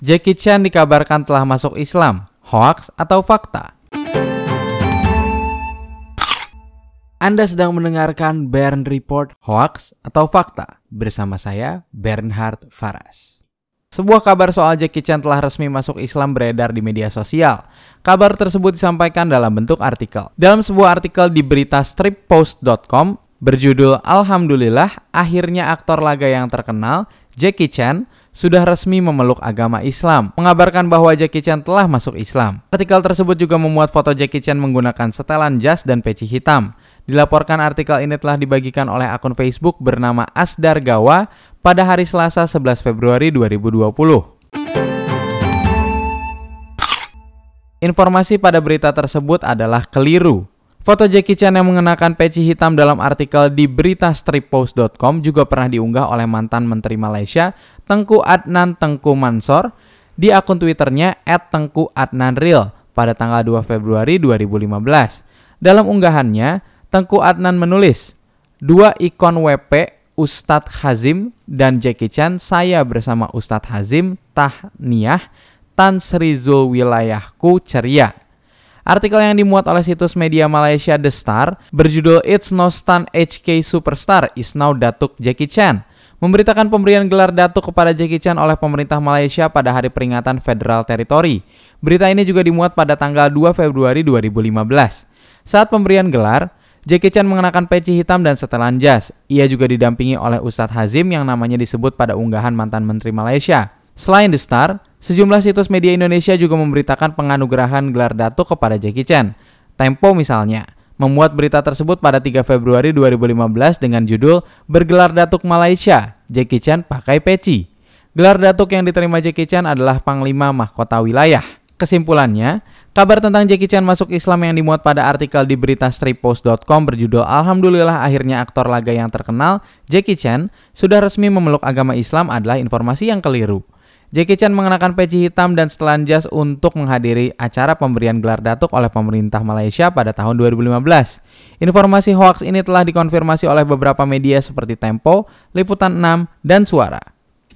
Jackie Chan dikabarkan telah masuk Islam, hoaks atau fakta? Anda sedang mendengarkan Bern Report, hoaks atau fakta? Bersama saya, Bernhard Faras. Sebuah kabar soal Jackie Chan telah resmi masuk Islam beredar di media sosial. Kabar tersebut disampaikan dalam bentuk artikel. Dalam sebuah artikel di berita strippost.com berjudul Alhamdulillah, akhirnya aktor laga yang terkenal, Jackie Chan, sudah resmi memeluk agama Islam, mengabarkan bahwa Jackie Chan telah masuk Islam. Artikel tersebut juga memuat foto Jackie Chan menggunakan setelan jas dan peci hitam. Dilaporkan artikel ini telah dibagikan oleh akun Facebook bernama Asdar Gawa pada hari Selasa 11 Februari 2020. Informasi pada berita tersebut adalah keliru. Foto Jackie Chan yang mengenakan peci hitam dalam artikel di berita strippost.com juga pernah diunggah oleh mantan Menteri Malaysia, Tengku Adnan Tengku Mansor, di akun Twitternya @tengkuadnanreal pada tanggal 2 Februari 2015. Dalam unggahannya, Tengku Adnan menulis, 2 ikon WP Ustadz Hazim dan Jackie Chan, saya bersama Ustadz Hazim, Tahniah, Tan Sri Zul wilayahku ceria. Artikel yang dimuat oleh situs media Malaysia The Star berjudul It's No Stunt HK Superstar Is Now Datuk Jackie Chan memberitakan pemberian gelar Datuk kepada Jackie Chan oleh pemerintah Malaysia pada hari peringatan Federal Territory. Berita ini juga dimuat pada tanggal 2 Februari 2015. Saat pemberian gelar, Jackie Chan mengenakan peci hitam dan setelan jas. Ia juga didampingi oleh Ustadz Hazim yang namanya disebut pada unggahan mantan Menteri Malaysia. Selain The Star, sejumlah situs media Indonesia juga memberitakan penganugerahan gelar Datuk kepada Jackie Chan. Tempo misalnya, memuat berita tersebut pada 3 Februari 2015 dengan judul Bergelar Datuk Malaysia, Jackie Chan pakai peci. Gelar Datuk yang diterima Jackie Chan adalah Panglima Mahkota Wilayah. Kesimpulannya, kabar tentang Jackie Chan masuk Islam yang dimuat pada artikel di berita strippost.com berjudul Alhamdulillah akhirnya aktor laga yang terkenal, Jackie Chan, sudah resmi memeluk agama Islam adalah informasi yang keliru. Jackie Chan mengenakan peci hitam dan setelan jas untuk menghadiri acara pemberian gelar Datuk oleh pemerintah Malaysia pada tahun 2015. Informasi hoaks ini telah dikonfirmasi oleh beberapa media seperti Tempo, Liputan 6, dan Suara.